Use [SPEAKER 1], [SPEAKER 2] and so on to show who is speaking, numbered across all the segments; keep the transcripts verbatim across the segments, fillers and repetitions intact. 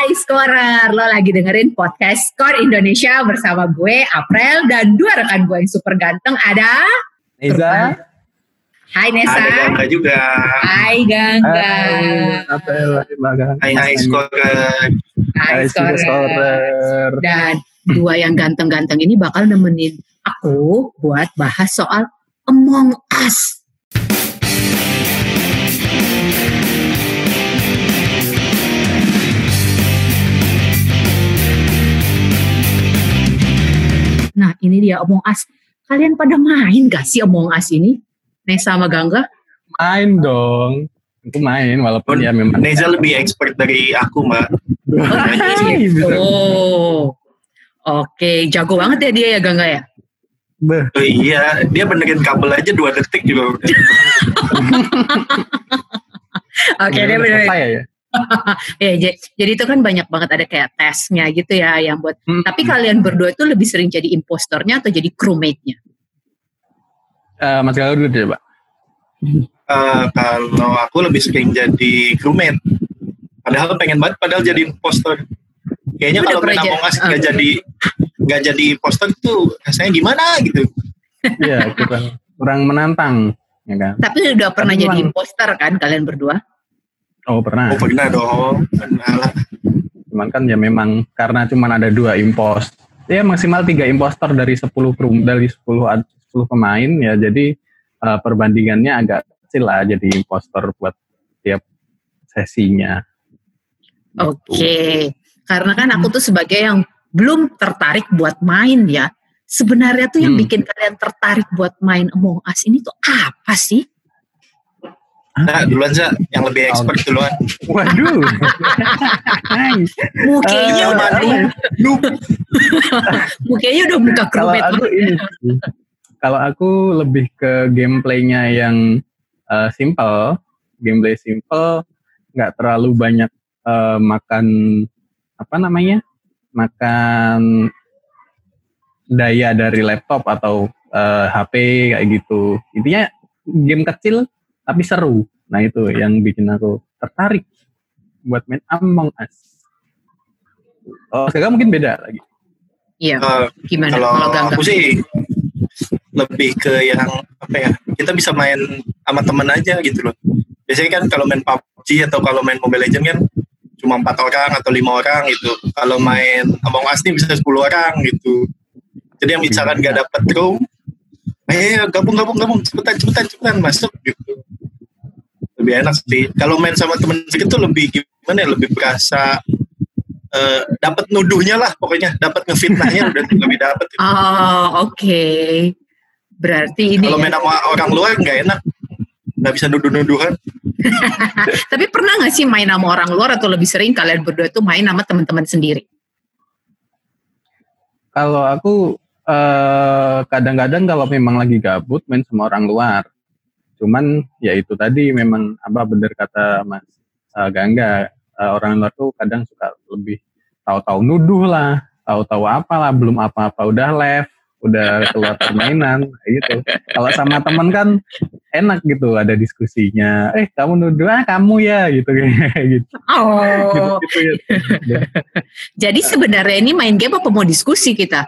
[SPEAKER 1] Hai Scorer, lo lagi dengerin podcast Skor Indonesia bersama gue, April, dan dua rekan gue yang super ganteng ada
[SPEAKER 2] Neza.
[SPEAKER 1] Hai Nesa.
[SPEAKER 3] Ada Gangga juga.
[SPEAKER 1] Hai Gangga.
[SPEAKER 2] Hai April,
[SPEAKER 3] Hai hai Scorer.
[SPEAKER 1] Hai Scorer. Dan dua yang ganteng-ganteng ini bakal nemenin aku buat bahas soal Among Us. Nah ini dia Among Us. Kalian pada main gak sih Among Us ini? Nesa sama Gangga?
[SPEAKER 2] Main dong. Aku main walaupun ya memang.
[SPEAKER 3] Neza lebih expert dari aku mbak.
[SPEAKER 1] Oh, oke, jago banget ya dia ya Gangga ya?
[SPEAKER 2] Beh.
[SPEAKER 3] Oh, iya, dia benerin kabel aja dua detik juga.
[SPEAKER 1] Oke, dia benerin.
[SPEAKER 2] Ya,
[SPEAKER 1] ya, jadi itu kan banyak banget ada kayak tesnya gitu ya yang buat.
[SPEAKER 2] Hmm.
[SPEAKER 1] Tapi kalian berdua itu lebih sering jadi impostornya atau jadi crewmate-nya?
[SPEAKER 2] Uh, Mas Galuh dulu deh, Pak.
[SPEAKER 3] Uh, kalau aku lebih sering jadi crewmate. Padahal pengen banget, padahal jadi impostor. Kayaknya kalau main Among Us nggak uh. jadi nggak jadi impostor itu rasanya gimana gitu?
[SPEAKER 2] Iya, kurang kurang menantang, ya kan?
[SPEAKER 1] Tapi udah pernah Tapi jadi memang... impostor kan kalian berdua?
[SPEAKER 2] Oh pernah.
[SPEAKER 3] Oh pernah dong. Pernah lah.
[SPEAKER 2] Cuman kan ya memang karena cuma ada dua impos, ya maksimal tiga impostor dari sepuluh kru, dari sepuluh sepuluh pemain ya, jadi uh, perbandingannya agak kecil lah jadi impostor buat tiap sesinya.
[SPEAKER 1] Oke, okay. Karena kan aku tuh sebagai yang belum tertarik buat main ya, sebenarnya tuh yang hmm. bikin kalian tertarik buat main Among Us ini tuh apa sih?
[SPEAKER 3] Nah duluan Za, yang lebih expert oh. duluan.
[SPEAKER 2] Waduh.
[SPEAKER 1] Mukanya uh, udah noob. Mukanya udah muka
[SPEAKER 2] crewmate. Kalau aku ini, kalau aku lebih ke gameplaynya yang uh, simple, gameplay simple, nggak terlalu banyak uh, makan apa namanya, makan daya dari laptop atau uh, H P kayak gitu. Intinya game kecil tapi seru. Nah itu yang bikin aku tertarik buat main Among Us. Oh, sekarang mungkin beda lagi.
[SPEAKER 1] Iya. Uh, gimana?
[SPEAKER 3] Kalau aku sih lebih ke yang apa ya? Kita bisa main sama temen aja gitu loh. Biasanya kan kalau main P U B G atau kalau main Mobile Legends kan cuma empat orang atau lima orang gitu. Kalau main Among Us nih bisa sepuluh orang gitu. Jadi yang misalkan nggak dapet room, eh gabung gabung gabung cepetan cepetan cepetan masuk gitu. Lebih enak sih. Kalau main sama temen sedikit tuh lebih gimana ya? Lebih berasa uh, dapat nuduhnya lah pokoknya, dapat ngefitnahnya udah lebih dapat. Gitu.
[SPEAKER 1] Oh oke. Okay. Berarti ini.
[SPEAKER 3] Kalau main sama orang luar nggak enak, nggak bisa nuduh-nuduhan.
[SPEAKER 1] Tapi pernah nggak sih main sama orang luar atau lebih sering kalian berdua tuh main sama teman-teman sendiri?
[SPEAKER 2] Kalau aku uh, kadang-kadang kalau memang lagi gabut main sama orang luar. Cuman ya itu tadi memang apa benar kata Mas uh, Gangga, uh, orang luar tuh kadang suka lebih tahu-tahu nuduh lah, tahu-tahu apalah, belum apa-apa udah left, udah keluar permainan gitu. Kalau sama teman kan enak gitu, ada diskusinya. Eh kamu nuduh ah kamu ya gitu gitu.
[SPEAKER 1] Oh.
[SPEAKER 2] gitu, gitu, gitu.
[SPEAKER 1] Jadi sebenarnya ini main game apa mau diskusi kita?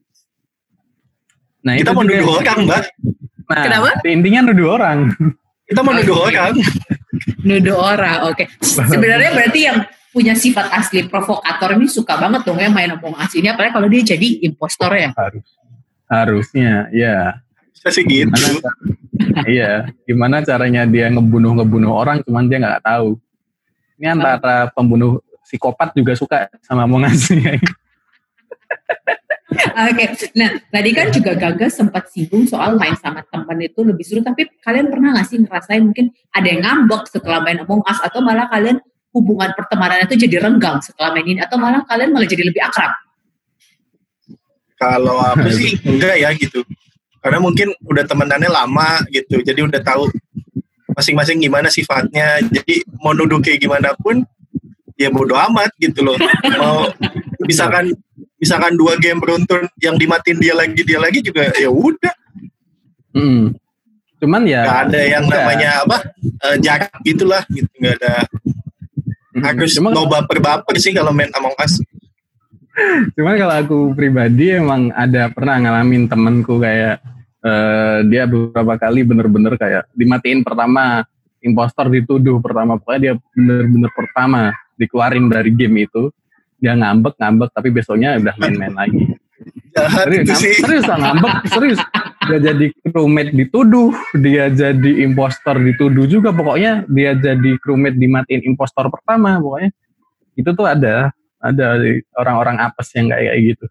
[SPEAKER 3] Nah, kita mau nuduh orang, Mbak.
[SPEAKER 2] Nah,
[SPEAKER 1] kenapa?
[SPEAKER 2] Intinya nuduh orang.
[SPEAKER 3] Kita mau nuduh orang.
[SPEAKER 1] Nuduh orang, oke. Okay. Sebenarnya berarti yang punya sifat asli provokator ini suka banget dong ya main Among Us ini, apalagi kalau dia jadi impostor ya.
[SPEAKER 2] Harus, harusnya, ya.
[SPEAKER 3] Saya sih gitu.
[SPEAKER 2] Gimana, iya, gimana caranya dia ngebunuh-ngebunuh orang, cuman dia nggak tahu. Ini antara pembunuh psikopat juga suka sama Among Us.
[SPEAKER 1] Oke, okay. Nah tadi kan juga Gangga sempat singgung soal main sama teman itu lebih seru, tapi kalian pernah nggak sih ngerasain mungkin ada yang ngambek setelah main Among Us, atau malah kalian hubungan pertemanan itu jadi renggang setelah main ini, atau malah kalian malah jadi lebih akrab?
[SPEAKER 3] Kalau aku sih enggak ya gitu, karena mungkin udah temenannya lama gitu, jadi udah tahu masing-masing gimana sifatnya, jadi mau nuduh kayak gimana pun ya bodo amat gitu loh. Mau misalkan misalkan dua game beruntun yang dimatiin dia lagi dia lagi juga ya udah.
[SPEAKER 2] Hmm. Cuman ya
[SPEAKER 3] nggak ada yang
[SPEAKER 2] enggak.
[SPEAKER 3] namanya apa uh, jarak gitulah gitu, nggak ada. Aku
[SPEAKER 2] Cuma,
[SPEAKER 3] no baper-baper sih kalau main Among Us.
[SPEAKER 2] Cuman kalau aku pribadi emang ada pernah ngalamin temenku kayak uh, dia beberapa kali bener-bener kayak dimatiin pertama, impostor dituduh pertama, pokoknya dia bener-bener pertama dikeluarin dari game itu, dia ngambek-ngambek tapi besoknya udah main-main lagi.
[SPEAKER 3] Jahat
[SPEAKER 2] serius,
[SPEAKER 3] itu sih.
[SPEAKER 2] serius ngambek, serius. Dia jadi crewmate dituduh, dia jadi impostor dituduh juga, pokoknya dia jadi crewmate dimatiin impostor pertama, pokoknya itu tuh ada. Ada orang-orang apes yang kayak gitu.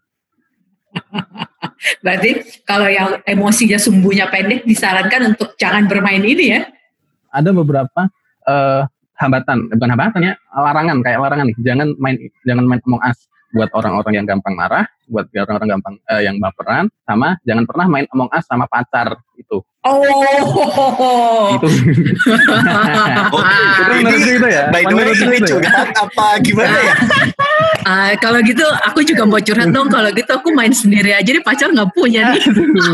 [SPEAKER 1] Berarti kalau yang emosinya sumbunya pendek disarankan untuk jangan bermain ini ya?
[SPEAKER 2] Ada beberapa uh, hambatan, bukan hambatan ya, larangan kayak larangan nih. Jangan main, jangan main Among Us buat orang-orang yang gampang marah, buat orang-orang gampang uh, yang baperan, sama jangan pernah main Among Us sama pacar itu.
[SPEAKER 1] Oh,
[SPEAKER 2] itu.
[SPEAKER 3] Oh,
[SPEAKER 2] itu menurut itu ya.
[SPEAKER 3] By the way, ini curhat ya? Apa gimana ya?
[SPEAKER 1] Uh, kalau gitu aku juga mau curhat dong. Kalau gitu aku main sendiri aja deh, pacar nggak punya nih.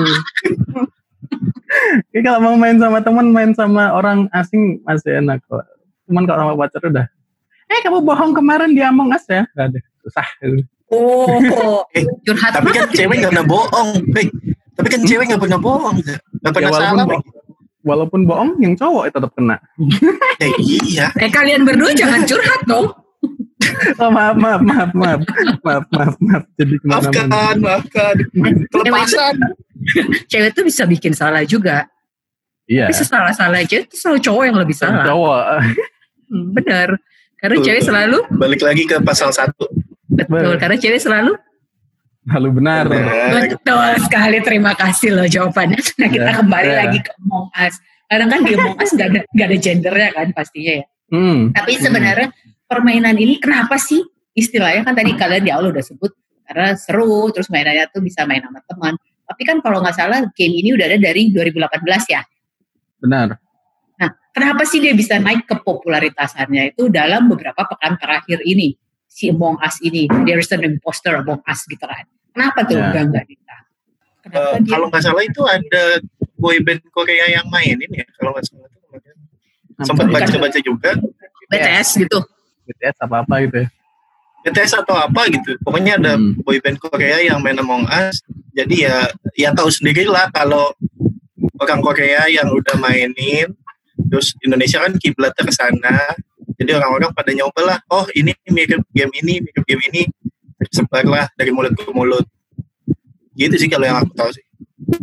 [SPEAKER 2] Jadi kalau mau main sama teman, main sama orang asing masih enak kok. Cuman kalau sama pacar udah, eh kamu bohong kemarin di Among Us ya? Gak ada, susah.
[SPEAKER 1] Oh,
[SPEAKER 3] eh,
[SPEAKER 1] curhat
[SPEAKER 3] tapi kan cewek nggak pernah bohong. Hey, tapi kan cewek nggak pernah bohong, nggak pernah
[SPEAKER 2] ya,
[SPEAKER 3] salah.
[SPEAKER 2] Bo- walaupun bohong, yang cowok tetap kena.
[SPEAKER 3] Eh, iya.
[SPEAKER 1] Eh kalian berdua jangan curhat dong.
[SPEAKER 2] Oh, maaf, maaf, maaf, maaf, maaf, maaf, maaf. Jadi
[SPEAKER 3] maafkan, maafkan. Pelepasan.
[SPEAKER 1] Cewek tuh bisa bikin salah juga.
[SPEAKER 2] Iya.
[SPEAKER 1] Tapi sesalah-salah aja itu selalu cowok yang lebih salah.
[SPEAKER 2] Cowok.
[SPEAKER 1] Hmm, benar. Karena Betul. cewek selalu.
[SPEAKER 3] Balik lagi ke pasal satu.
[SPEAKER 1] Betul. Betul. Karena cewek selalu.
[SPEAKER 2] Selalu benar.
[SPEAKER 3] benar.
[SPEAKER 1] Betul sekali. Terima kasih loh jawabannya. Nah kita ya, kembali ya. lagi ke Among Us. Karena kan di Among Us nggak ada nggak ada gendernya kan pastinya ya.
[SPEAKER 2] Hmm.
[SPEAKER 1] Tapi sebenarnya permainan ini kenapa sih istilahnya kan tadi kalian di awal udah sebut karena seru terus mainannya tuh bisa main sama teman. Tapi kan kalau nggak salah game ini udah ada dari dua ribu delapan belas ya.
[SPEAKER 2] Benar.
[SPEAKER 1] Nah, kenapa sih dia bisa naik ke popularitasannya itu dalam beberapa pekan terakhir ini si Among Us ini, there is an imposter Among Us gitu kan. Kenapa tuh ya. Enggak kita?
[SPEAKER 3] Uh, dia... Kalau nggak salah itu ada boyband Korea yang mainin ya kalau nggak salah itu kemarin. Sempat baca-baca juga.
[SPEAKER 1] B T S gitu.
[SPEAKER 2] B T S apa-apa gitu ya.
[SPEAKER 3] B T S atau apa gitu. Pokoknya ada hmm. boyband Korea yang main Among Us. Jadi ya ya tahu sendiri lah kalau orang Korea yang udah mainin, terus Indonesia kan kiblatnya ke sana. Jadi orang-orang pada nyoba lah, oh ini mirip game ini, mirip game ini. Tersebar lah dari mulut ke mulut. Gitu sih kalau yang aku tahu sih.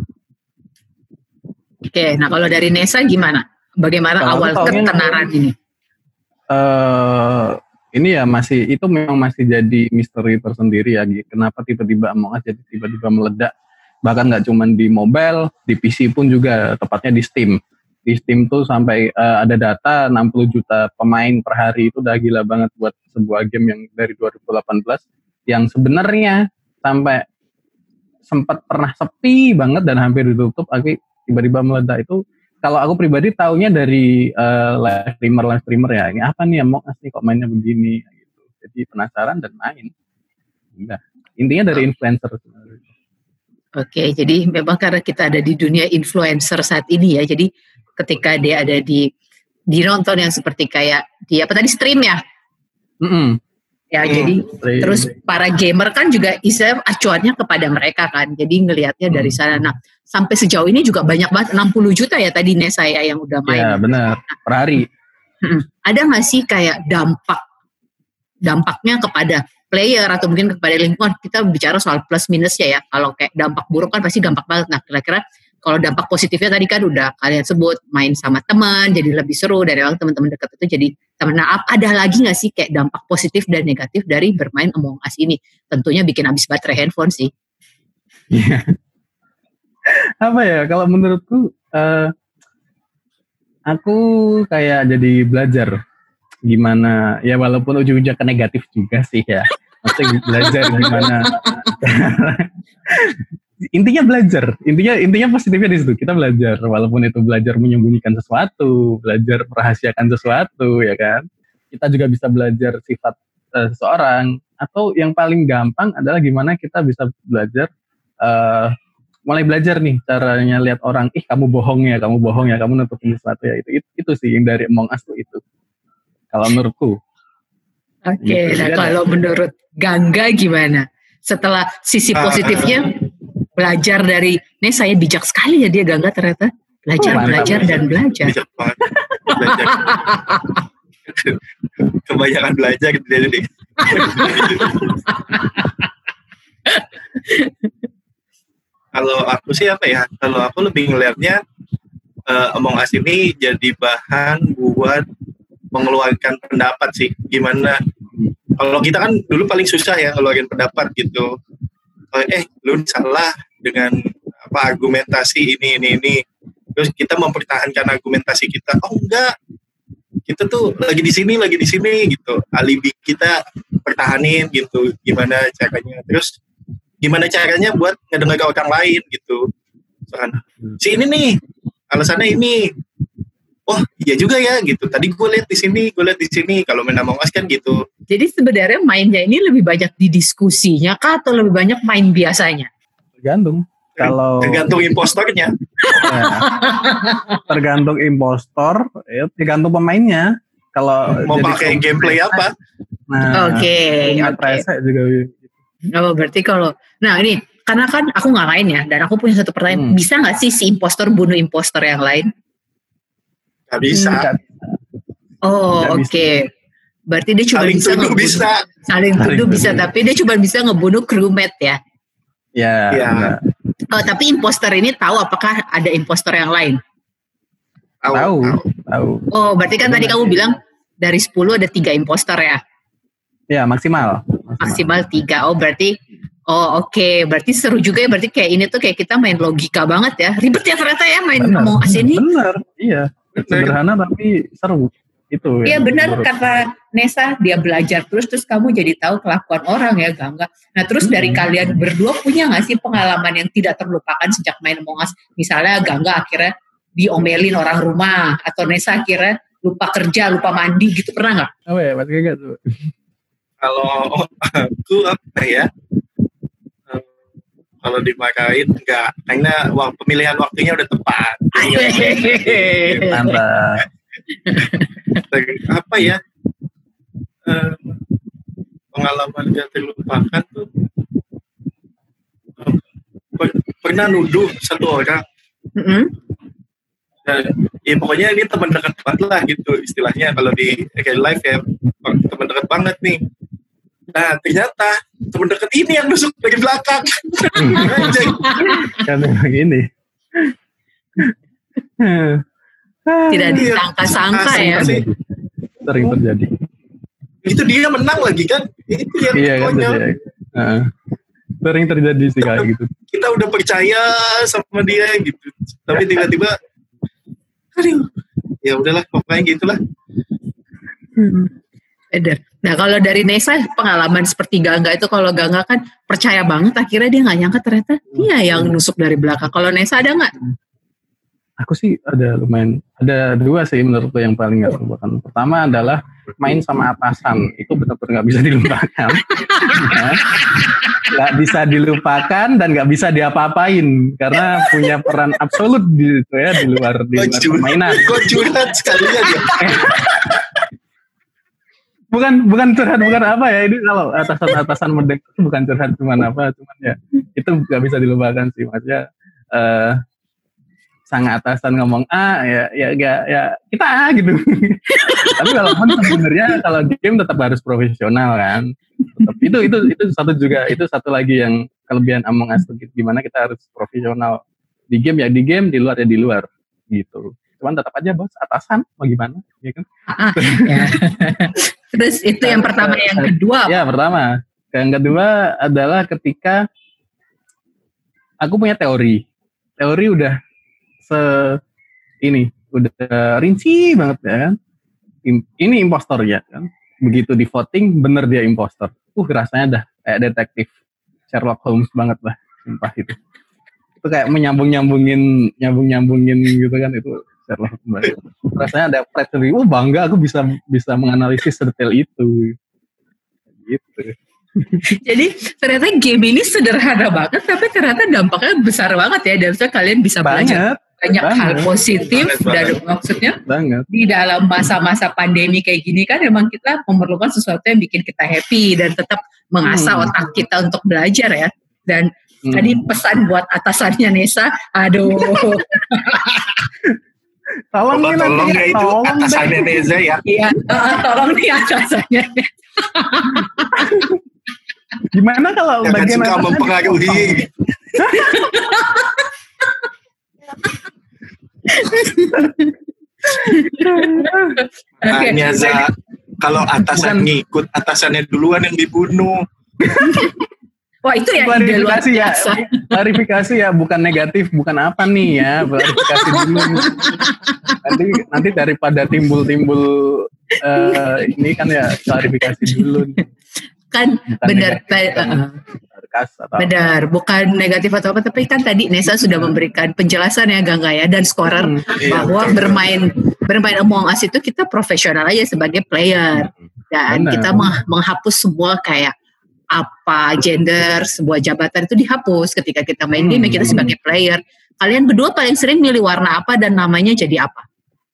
[SPEAKER 1] Oke, nah kalau dari Nesa gimana? Bagaimana kalau awal ketenaran ini?
[SPEAKER 2] Uh, ini ya masih, itu memang masih jadi misteri tersendiri ya. Kenapa tiba-tiba Among Us jadi tiba-tiba meledak. Bahkan nggak cuma di mobile, di P C pun juga, tepatnya di Steam. Di Steam tuh sampai uh, ada data enam puluh juta pemain per hari, itu udah gila banget buat sebuah game yang dari dua ribu delapan belas yang sebenarnya sampai sempat pernah sepi banget dan hampir ditutup, akhirnya tiba-tiba meledak. Itu kalau aku pribadi taunya dari uh, live streamer live streamer ya, ini apa nih Among Us nih kok mainnya begini gitu. Jadi penasaran dan main. Udah. Intinya dari influencer.
[SPEAKER 1] Oke, jadi memang karena kita ada di dunia influencer saat ini ya, jadi ketika dia ada di di nonton yang seperti kayak di apa tadi stream ya,
[SPEAKER 2] mm-hmm.
[SPEAKER 1] ya mm, jadi stream. Terus para gamer kan juga istilahnya acuannya kepada mereka kan, jadi ngelihatnya dari sana. Nah sampai sejauh ini juga banyak banget enam puluh juta ya tadi Nes saya yang udah main.
[SPEAKER 2] Ya benar, nah, per hari.
[SPEAKER 1] Ada nggak sih kayak dampak dampaknya kepada player atau mungkin kepada lingkungan? Kita bicara soal plus minusnya ya. Kalau kayak dampak buruk kan pasti dampak banget. Nah kira-kira kalau dampak positifnya tadi kan udah kalian sebut, main sama teman jadi lebih seru dan memang teman-teman dekat itu jadi teman. Nah ada lagi nggak sih kayak dampak positif dan negatif dari bermain Among Us ini? Tentunya bikin habis baterai handphone sih.
[SPEAKER 2] Iya. Apa ya? Kalau menurutku, uh, aku kayak jadi belajar. Gimana ya, walaupun ujung-ujungnya ke negatif juga sih ya, maksudnya belajar gimana intinya belajar intinya intinya positifnya di situ, kita belajar walaupun itu belajar menyembunyikan sesuatu, belajar merahasiakan sesuatu ya kan, kita juga bisa belajar sifat uh, seseorang, atau yang paling gampang adalah gimana kita bisa belajar uh, mulai belajar nih caranya lihat orang, ih kamu bohong ya kamu bohong ya kamu nutupin sesuatu ya, itu itu, itu sih yang dari Among Us tuh itu. Kalau menurutku.
[SPEAKER 1] Oke, okay, gitu, nah kalau ada. Menurut Gangga gimana? Setelah sisi positifnya belajar dari, nih saya bijak sekali ya dia Gangga ternyata belajar, oh, belajar dan belajar. Bijak banget. Belajar.
[SPEAKER 3] Kebanyakan belajar gitu deh. Kalau aku sih apa ya? Kalau aku lebih ngelihatnya uh, Among Us ini jadi bahan buat mengeluarkan pendapat sih. Gimana? Kalau kita kan dulu paling susah ya ngeluarin pendapat gitu. Eh, lu salah dengan apa argumentasi ini ini ini. Terus kita mempertahankan argumentasi kita. Oh enggak. Kita tuh lagi di sini, lagi di sini gitu. Alibi kita pertahanin gitu. Gimana caranya? Terus gimana caranya buat ngedengar orang lain gitu. Soalnya si ini nih alasannya ini. Oh iya juga ya gitu. Tadi gue lihat di sini, gue lihat di sini. Kalau main Among Us kan gitu.
[SPEAKER 1] Jadi sebenarnya mainnya ini lebih banyak di diskusinya kah atau lebih banyak main biasanya?
[SPEAKER 2] Tergantung. Kalau
[SPEAKER 3] tergantung impostornya.
[SPEAKER 2] Ya, tergantung impostor, ya, tergantung pemainnya. Kalau
[SPEAKER 3] mau pakai gameplay apa?
[SPEAKER 2] Nah,
[SPEAKER 1] oke. Okay, okay.
[SPEAKER 2] juga.
[SPEAKER 1] Oh berarti kalau, nah ini karena kan aku nggak main ya, dan aku punya satu pertanyaan, hmm. bisa nggak sih si impostor bunuh impostor yang lain?
[SPEAKER 3] Gak bisa.
[SPEAKER 1] Hmm. Oh oke. Okay. Berarti dia cuma
[SPEAKER 3] saling
[SPEAKER 1] bisa
[SPEAKER 3] ngebunuh bisa.
[SPEAKER 1] Saling tuduh bisa, tapi dia cuma bisa ngebunuh crewmate ya.
[SPEAKER 2] Ya. ya.
[SPEAKER 1] Oh, tapi imposter ini tahu apakah ada imposter yang lain?
[SPEAKER 2] Tahu. Tahu.
[SPEAKER 1] Oh, berarti kan Benar. Tadi kamu bilang dari sepuluh ada tiga imposter ya?
[SPEAKER 2] Ya, maksimal. Maksimal,
[SPEAKER 1] maksimal tiga. Oh, berarti oh oke, okay. Berarti seru juga ya, berarti kayak ini tuh kayak kita main logika banget ya. Ribet ya ternyata ya main Among Us ini.
[SPEAKER 2] Benar, iya. Sederhana tapi seru. Itu
[SPEAKER 1] iya benar kata Nesa, dia belajar terus terus kamu jadi tahu kelakuan orang ya Gangga. Nah terus hmm. dari kalian berdua punya nggak sih pengalaman yang tidak terlupakan sejak main Among Us? Misalnya Gangga akhirnya diomelin orang rumah atau Nesa akhirnya lupa kerja, lupa mandi gitu, pernah nggak?
[SPEAKER 2] Oh ya, pasti enggak tuh.
[SPEAKER 3] Kalau aku apa ya? Kalau dimarahin enggak, karena wah, pemilihan waktunya udah tepat.
[SPEAKER 2] Mantap.
[SPEAKER 3] Apa ya? Uh, pengalaman gak terlupakan tuh uh, per, pernah nuduh satu orang.
[SPEAKER 1] Mm-hmm.
[SPEAKER 3] Dan, ya pokoknya ini teman dekat banget lah gitu istilahnya kalau di real life ya, teman dekat banget nih. Nah ternyata teman dekat ini yang nusuk dari belakang.
[SPEAKER 2] Kan begini.
[SPEAKER 1] Tidak disangka-sangka ya.
[SPEAKER 2] Sering terjadi.
[SPEAKER 3] Itu dia menang lagi kan? Itu yang
[SPEAKER 2] iya, kan uh, sering terjadi sih kayak gitu.
[SPEAKER 3] Kita udah percaya sama dia gitu, tapi tiba-tiba, aduh, ya udahlah pokoknya gitulah.
[SPEAKER 1] Eder. Nah kalau dari Nesa pengalaman seperti Gangga itu, kalau Gangga kan percaya banget, akhirnya dia nggak nyangka ternyata dia yang nusuk dari belakang. Kalau Nesa ada nggak?
[SPEAKER 2] Aku sih ada lumayan, ada dua sih menurutku yang paling gak terlupakan. Pertama adalah main sama atasan, itu benar-benar gak bisa dilupakan. Ya. Gak bisa dilupakan dan gak bisa diapa-apain, karena punya peran absolut di, ya, di luar, di luar permainan.
[SPEAKER 3] Kok curhat sekali aja.
[SPEAKER 2] bukan bukan curhat, bukan apa ya, ini kalau atasan-atasan mendengar itu bukan curhat, cuman apa, cuman ya itu gak bisa dilupakan sih, maksudnya. Uh, sang atasan ngomong A ya ya ya, ya kita A gitu. Tapi kalau sebenarnya kalau game tetap harus profesional kan. Tetap, itu itu itu satu juga, itu satu lagi yang kelebihan Among Us, gimana kita harus profesional di game ya di game, di luar ya di luar gitu. Cuman tetap aja bos atasan mau gimana ya kan.
[SPEAKER 1] Ah, ya. Terus itu yang pertama, yang kedua.
[SPEAKER 2] Ya pertama, yang kedua adalah ketika aku punya teori, teori udah se ini udah rinci banget ya kan, ini impostor ya kan, begitu di voting bener dia impostor, uh rasanya dah kayak detektif Sherlock Holmes banget lah, sumpah itu itu kayak menyambung nyambungin nyambung nyambungin gitu kan, itu Sherlock Holmes banget. Rasanya ada pride sendiri, oh bangga aku bisa bisa menganalisis detail itu gitu.
[SPEAKER 1] Jadi ternyata game ini sederhana banget, tapi ternyata dampaknya besar banget ya, dan kalian bisa belajar. banyak
[SPEAKER 2] banget.
[SPEAKER 1] hal positif
[SPEAKER 3] Banget,
[SPEAKER 1] dan
[SPEAKER 3] banget.
[SPEAKER 1] maksudnya
[SPEAKER 2] Banget.
[SPEAKER 1] di dalam masa-masa pandemi kayak gini kan memang kita memerlukan sesuatu yang bikin kita happy dan tetap mengasah
[SPEAKER 2] Hmm.
[SPEAKER 1] otak kita untuk belajar ya. Dan
[SPEAKER 2] Hmm.
[SPEAKER 1] tadi pesan buat atasannya Nesa, aduh.
[SPEAKER 2] Tolong
[SPEAKER 3] Coba
[SPEAKER 2] nih
[SPEAKER 3] tolong
[SPEAKER 2] nanti
[SPEAKER 3] ya
[SPEAKER 2] ya,
[SPEAKER 3] itu
[SPEAKER 2] tolong deh.
[SPEAKER 3] atasannya Neza ya.
[SPEAKER 1] Iya, uh, tolong nih atasannya.
[SPEAKER 2] Gimana kalau
[SPEAKER 3] Jangan
[SPEAKER 2] bagian
[SPEAKER 3] suka
[SPEAKER 2] atasnya
[SPEAKER 3] mempengaruhi.
[SPEAKER 1] Oke.
[SPEAKER 3] Hanya za kalau atasan
[SPEAKER 2] Bukan.
[SPEAKER 3] ngikut, atasannya duluan yang dibunuh.
[SPEAKER 1] Wah itu ya ide luar
[SPEAKER 2] Klarifikasi ya,
[SPEAKER 1] biasa.
[SPEAKER 2] klarifikasi ya, bukan negatif, bukan apa nih ya, klarifikasi dulu. Nanti nanti daripada timbul-timbul eh, ini kan ya klarifikasi dulu.
[SPEAKER 1] Kan
[SPEAKER 2] Bukan
[SPEAKER 1] benar,
[SPEAKER 2] negatif, bukan
[SPEAKER 1] uh,
[SPEAKER 2] sarkas atau
[SPEAKER 1] benar, bukan negatif atau apa, tapi kan tadi Nesa sudah memberikan penjelasan ya Gangga ya dan scorer
[SPEAKER 2] Hmm.
[SPEAKER 3] Iya,
[SPEAKER 1] bahwa
[SPEAKER 3] betul.
[SPEAKER 1] bermain bermain Among Us itu kita profesional aja sebagai player dan
[SPEAKER 2] Benar.
[SPEAKER 1] kita meng- menghapus semua kayak apa gender sebuah jabatan itu dihapus ketika kita main game
[SPEAKER 2] Hmm.
[SPEAKER 1] kita sebagai player. Kalian berdua paling sering milih warna apa dan namanya jadi apa?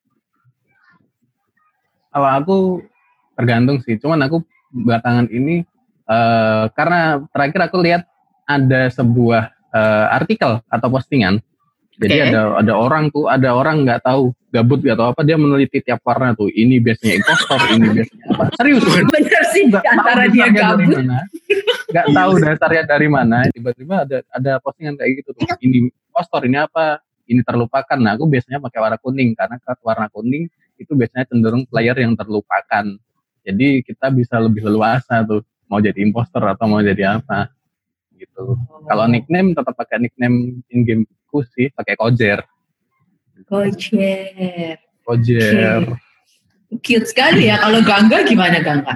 [SPEAKER 2] Kalau aku tergantung sih, cuman aku belakangan ini eh, karena terakhir aku lihat ada sebuah eh, artikel atau postingan. Jadi
[SPEAKER 1] Oke.
[SPEAKER 2] ada ada orang tuh, ada orang nggak tahu gabut atau apa, dia meneliti tiap warna tuh. Ini biasanya impostor, ini biasanya apa? Serius?
[SPEAKER 1] Bener sih
[SPEAKER 2] Nggak tahu
[SPEAKER 1] antara dia
[SPEAKER 2] dasarnya dari
[SPEAKER 1] gabut.
[SPEAKER 2] mana. Nggak tahu dasarnya dari mana. Tiba-tiba ada ada postingan kayak gitu tuh. Ini impostor, ini apa? Ini terlupakan. Nah, aku biasanya pakai warna kuning karena warna kuning itu biasanya cenderung player yang terlupakan. Jadi kita bisa lebih leluasa tuh mau jadi impostor atau mau jadi apa gitu. Kalau nickname tetap pakai nickname in gameku sih, pakai Kojer.
[SPEAKER 1] Kocer.
[SPEAKER 2] Kojer.
[SPEAKER 1] Cute sekali ya. Kalau Gangga gimana Gangga?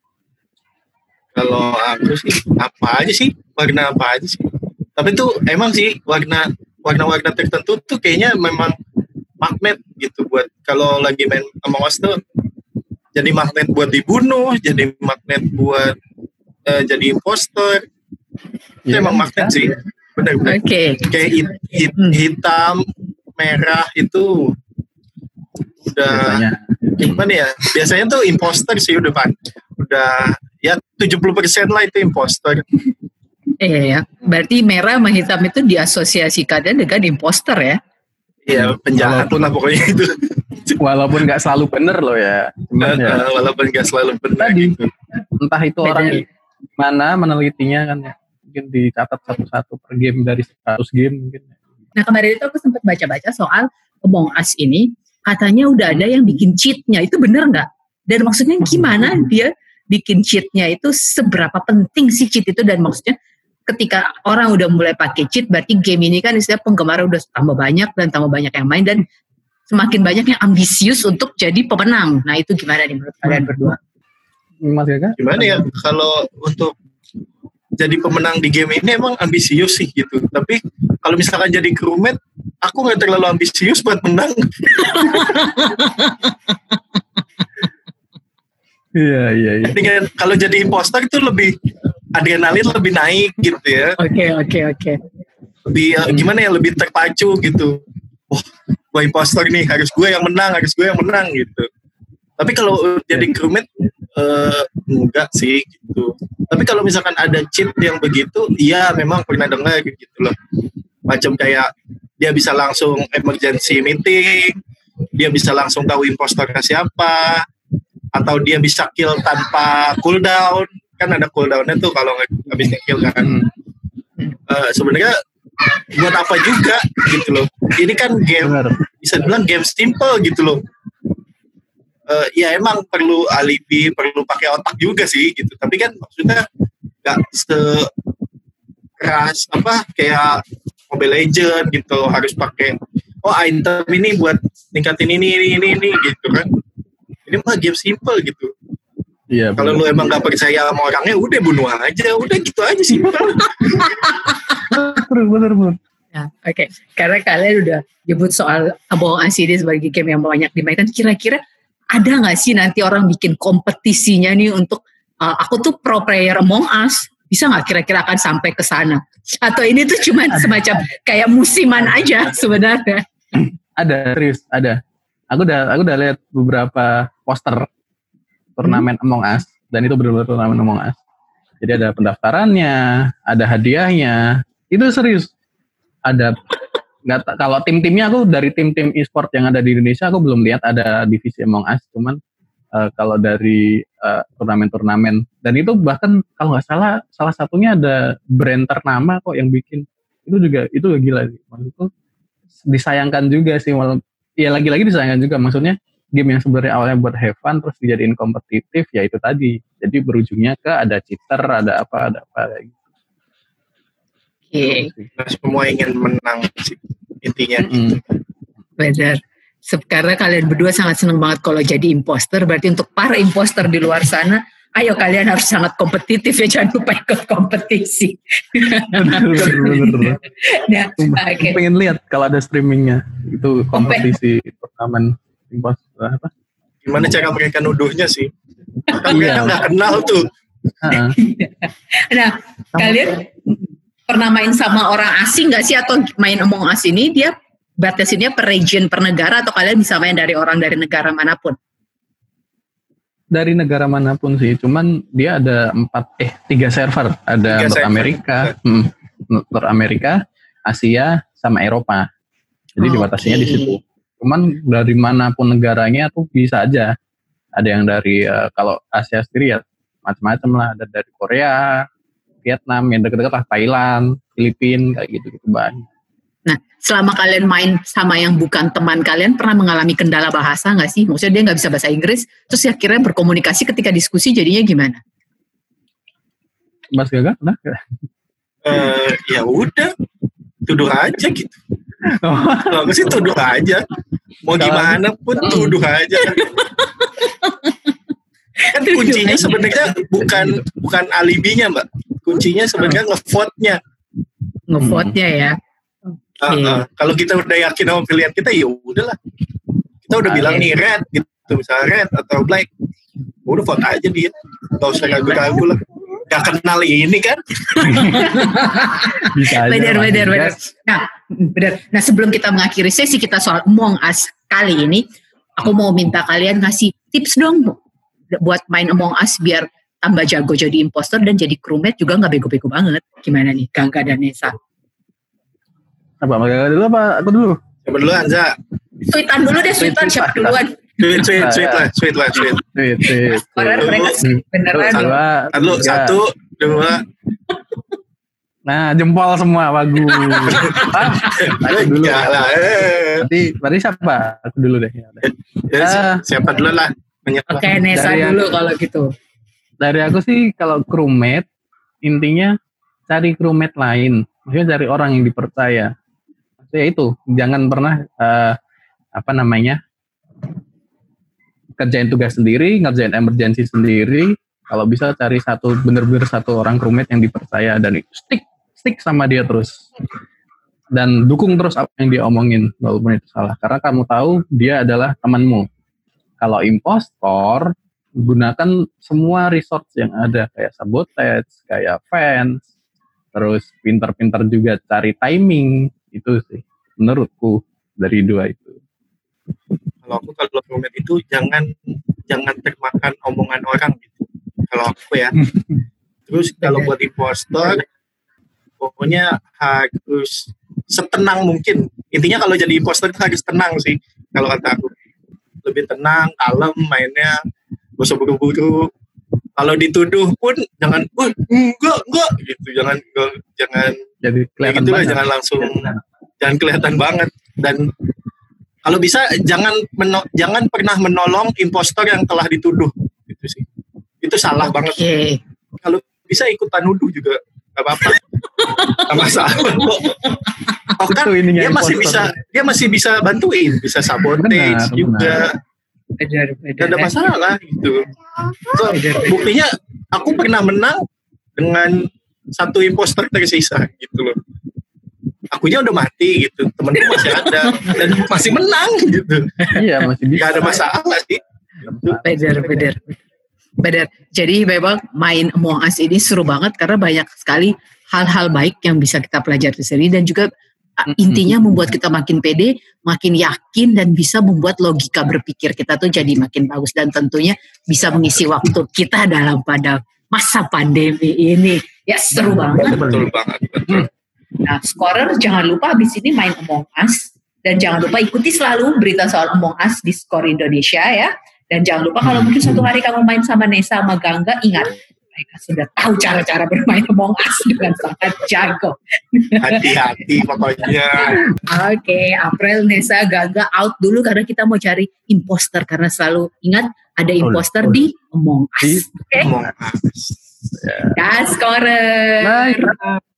[SPEAKER 3] Kalau aku sih apa aja sih, warna apa aja sih. Tapi tuh emang sih warna warna-warna tertentu tuh kayaknya memang magnet gitu buat kalau lagi main Among Us tuh jadi magnet buat dibunuh, jadi magnet buat eh, jadi impostor. Itu
[SPEAKER 2] Iya
[SPEAKER 3] emang
[SPEAKER 2] kan?
[SPEAKER 3] magnet sih, benar-benar.
[SPEAKER 1] Oke.
[SPEAKER 3] Kayak hit- hit- hitam, merah itu udah
[SPEAKER 2] Biasanya.
[SPEAKER 3] gimana ya? Biasanya tuh impostor sih udah pan, udah ya tujuh puluh persen lah itu impostor.
[SPEAKER 1] Iya ya. Berarti merah sama hitam itu diasosiasikannya dengan imposter ya.
[SPEAKER 3] Iya penjahat
[SPEAKER 2] Walaupun-
[SPEAKER 3] lah pokoknya itu.
[SPEAKER 2] Walaupun nggak selalu bener loh ya. Cuman ya,
[SPEAKER 3] Eh, walaupun gak selalu benar
[SPEAKER 2] Tadi.
[SPEAKER 3] gitu.
[SPEAKER 2] entah itu
[SPEAKER 1] Beda
[SPEAKER 2] orang
[SPEAKER 1] ya.
[SPEAKER 2] mana menelitinya kan ya. Mungkin dicatat satu-satu per game dari seratus game mungkin.
[SPEAKER 1] Nah kemarin itu aku sempat baca-baca soal Among Us ini. Katanya udah ada yang bikin cheatnya. Itu bener nggak? Dan maksudnya gimana dia bikin cheatnya itu seberapa penting sih cheat itu? Dan maksudnya ketika orang udah mulai pakai cheat, berarti game ini kan istilah penggemar udah tambah banyak dan tambah banyak yang main dan semakin banyak yang ambisius untuk jadi pemenang. Nah itu gimana nih menurut kalian berdua?
[SPEAKER 2] Mas Gaga?
[SPEAKER 3] Gimana ya kalau untuk jadi pemenang di game ini emang ambisius sih gitu. Tapi kalau misalkan jadi crewmate, aku nggak terlalu ambisius buat menang.
[SPEAKER 2] Iya iya iya.
[SPEAKER 3] Dengan kalau jadi impostor itu lebih adrenalin lebih naik gitu ya.
[SPEAKER 1] Oke oke oke.
[SPEAKER 3] Lebih eh, gimana ya lebih terpacu gitu. Wah, gue impostor nih, harus gue yang menang, harus gue yang menang gitu. Tapi kalau jadi crewmate eh, enggak sih gitu. Tapi kalau misalkan ada cheat yang begitu, iya memang pernah dengar gitu loh. Macam kayak dia bisa langsung emergency meeting, dia bisa langsung tahu impostornya siapa, atau dia bisa kill tanpa cooldown. Kan ada cooldownnya tuh kalau habis nge-kill kan.
[SPEAKER 2] Hmm.
[SPEAKER 3] Eh, sebenarnya buat apa juga gitu loh. Ini kan game
[SPEAKER 2] Benar.
[SPEAKER 3] bisa dibilang game simple gitu loh. Uh, ya emang perlu alibi, perlu pakai otak juga sih gitu. Tapi kan maksudnya nggak sekeras apa kayak Mobile Legend gitu harus pakai oh item ini buat ningkatin ini ini ini, ini gitu kan. Ini mah game simple gitu.
[SPEAKER 2] Iya.
[SPEAKER 3] Kalau lu emang nggak percaya sama orangnya, udah bunuh aja, udah gitu aja sih.
[SPEAKER 2] benar benar benar.
[SPEAKER 1] Nah, oke. Okay. Karena kalian udah nyebut soal Among Us ini sebagai game yang banyak dimainkan, kira-kira ada nggak sih nanti orang bikin kompetisinya nih untuk uh, aku tuh pro player Among Us, bisa nggak kira-kira akan sampai ke sana? Atau ini tuh cuma semacam kayak musiman aja sebenarnya?
[SPEAKER 2] Ada, serius, ada. Aku udah aku udah lihat beberapa poster turnamen hmm. Among Us, dan itu benar-benar turnamen Among Us. Jadi ada pendaftarannya, ada hadiahnya. Itu serius. Ada nggak kalau tim-timnya, aku dari tim-tim e-sport yang ada di Indonesia aku belum lihat ada divisi Among Us, cuman uh, kalau dari uh, turnamen-turnamen, dan itu bahkan kalau nggak salah salah satunya ada brand ternama kok yang bikin. Itu juga itu gila sih. Maksudku disayangkan juga sih, malah ya lagi-lagi disayangkan juga, maksudnya game yang sebenarnya awalnya buat have fun terus dijadiin kompetitif, ya itu tadi. Jadi berujungnya ke ada cheater, ada apa, ada apa kayak gitu.
[SPEAKER 1] Oke.
[SPEAKER 3] Nah, semua ingin menang sih intinya.
[SPEAKER 2] Mm-hmm.
[SPEAKER 1] Benar. Sekarang kalian berdua sangat senang banget kalau jadi imposter, berarti untuk para imposter di luar sana, ayo kalian harus sangat kompetitif ya, jangan lupa ikut kompetisi.
[SPEAKER 2] Bener-bener.
[SPEAKER 1] Nah, okay.
[SPEAKER 2] Pengen lihat kalau ada streamingnya itu kompetisi turnamen imposter apa?
[SPEAKER 3] Gimana cara mereka nuduhnya sih? Kan mereka nggak kenal tuh.
[SPEAKER 1] Nah, kalian pernah main sama orang asing nggak sih, atau main Among Us ini dia batasinnya per region, per negara, atau kalian bisa main dari orang dari negara manapun?
[SPEAKER 2] Dari negara manapun sih, cuman dia ada empat eh tiga server, ada North Amerika, hmm, North Amerika, Asia, sama Eropa. Jadi okay. dibatasinya di situ. Cuman dari manapun negaranya tuh bisa aja. Ada yang dari uh, kalau Asia sendiri ya macam-macam lah, ada dari Korea, Vietnam, yang dekat-dekat lah Thailand, Filipina kayak gitu-gitu banyak.
[SPEAKER 1] Nah, selama kalian main sama yang bukan teman kalian, pernah mengalami kendala bahasa nggak sih? Maksudnya dia nggak bisa bahasa Inggris, terus akhirnya berkomunikasi ketika diskusi jadinya gimana?
[SPEAKER 2] Mas Gaga, pernah?
[SPEAKER 3] Uh, ya udah, tuduh aja gitu. Oh. Kalau aku sih tuduh aja. Mau gimana pun tuduh aja. Kan kuncinya sebenarnya bukan bukan alibinya, Mbak. Kuncinya sebenarnya ngevote-nya.
[SPEAKER 1] Ngevote-nya ya.
[SPEAKER 3] Okay. Uh, uh, kalau kita udah yakin sama pilihan kita, ya udahlah. Kita udah okay. bilang nih red gitu, misalnya red atau black, udah vote aja dia. Gak usah ragu-ragu lah. Gak kenal ini kan?
[SPEAKER 2] Bisa aja.
[SPEAKER 1] Benar, benar, benar. Nah, benar. Nah, sebelum kita mengakhiri sesi kita soal Among Us kali ini, aku mau minta kalian ngasih tips dong buat main Among Us biar tambah jago jadi imposter dan jadi crewmate juga nggak bego-bego banget. Gimana nih, Gangga dan Nesa?
[SPEAKER 2] Apa, Gangga dulu apa aku dulu?
[SPEAKER 3] Siapa dulu, Anza?
[SPEAKER 1] Sweetan dulu deh, Sweetan siapa duluan?
[SPEAKER 3] Sweet, sweet, sweet lah, sweet lah, sweet.
[SPEAKER 2] Sweet, sweet.
[SPEAKER 1] Orang mereka beneran.
[SPEAKER 3] Satu, satu, dua.
[SPEAKER 2] Nah, jempol semua, bagus. Ah, aku dulu.
[SPEAKER 3] Lah, eh.
[SPEAKER 2] Berarti, berarti siapa? Aku dulu deh.
[SPEAKER 3] Ya, uh, siapa dulu lah?
[SPEAKER 1] Oke, okay, Nesa dari dulu aku, kalau gitu. Dari
[SPEAKER 2] aku sih, kalau crewmate, intinya cari crewmate lain. Maksudnya cari orang yang dipercaya. Maksudnya itu, jangan pernah, uh, apa namanya, kerjain tugas sendiri, ngerjain emergency sendiri. Kalau bisa cari satu, bener-bener satu orang crewmate yang dipercaya, dan itu stick, stick sama dia terus. Dan dukung terus apa yang dia omongin, walaupun itu salah. Karena kamu tahu dia adalah temanmu. Kalau impostor, gunakan semua resource yang ada, kayak sabotage, kayak fans, terus pintar-pintar juga cari timing, itu sih, menurutku, dari dua itu.
[SPEAKER 3] Kalau aku kalau crewmate itu jangan jangan termakan omongan orang gitu. Kalau aku ya. Terus kalau buat impostor, pokoknya harus setenang mungkin. Intinya kalau jadi impostor itu harus tenang sih. Kalau kata aku, lebih tenang, kalem mainnya, gak usah buru-buru. Kalau dituduh pun jangan, oh, enggak enggak gitu, jangan enggak, jangan. Jadi kelihatan gitu lah, jangan langsung, jangan kelihatan banget. Dan kalau bisa jangan meno- jangan pernah menolong impostor yang telah dituduh, gitu sih. Itu salah okay. banget. Kalau bisa ikutan nuduh juga nggak apa-apa, nggak masalah. Oh kan dia masih bisa, dia masih bisa bantuin, bisa sabotage benar, juga. Benar, benar. Gak ada masalah gitu. So, buktinya aku pernah menang dengan satu impostor tersisa gitu loh. Akunya udah mati gitu, temenku masih ada dan masih menang gitu.
[SPEAKER 2] Iya, masih bisa.
[SPEAKER 3] Gak ada masalah sih.
[SPEAKER 1] Benar, benar. Benar. Jadi memang main Among Us ini seru banget karena banyak sekali hal-hal baik yang bisa kita pelajari di sini, dan juga Intinya membuat kita makin pede, makin yakin, dan bisa membuat logika berpikir kita tuh jadi makin bagus. Dan tentunya bisa mengisi waktu kita dalam pada masa pandemi ini. Ya seru banget.
[SPEAKER 3] Betul banget. Betul.
[SPEAKER 1] Nah, Scorer jangan lupa habis ini main Among Us. Dan jangan lupa ikuti selalu berita soal Among Us di Score Indonesia ya. Dan jangan lupa kalau mungkin suatu hari kamu main sama Nesa sama Gangga, ingat mereka sudah tahu cara-cara bermain Among Us dengan sangat jago.
[SPEAKER 3] Hati-hati pokoknya.
[SPEAKER 1] Oke, okay, April, Nesa, Gangga out dulu karena kita mau cari imposter. Karena selalu ingat ada imposter di Among Us. Oke? Okay?
[SPEAKER 3] Among Us.
[SPEAKER 1] Ya, Scorer.
[SPEAKER 2] Bye.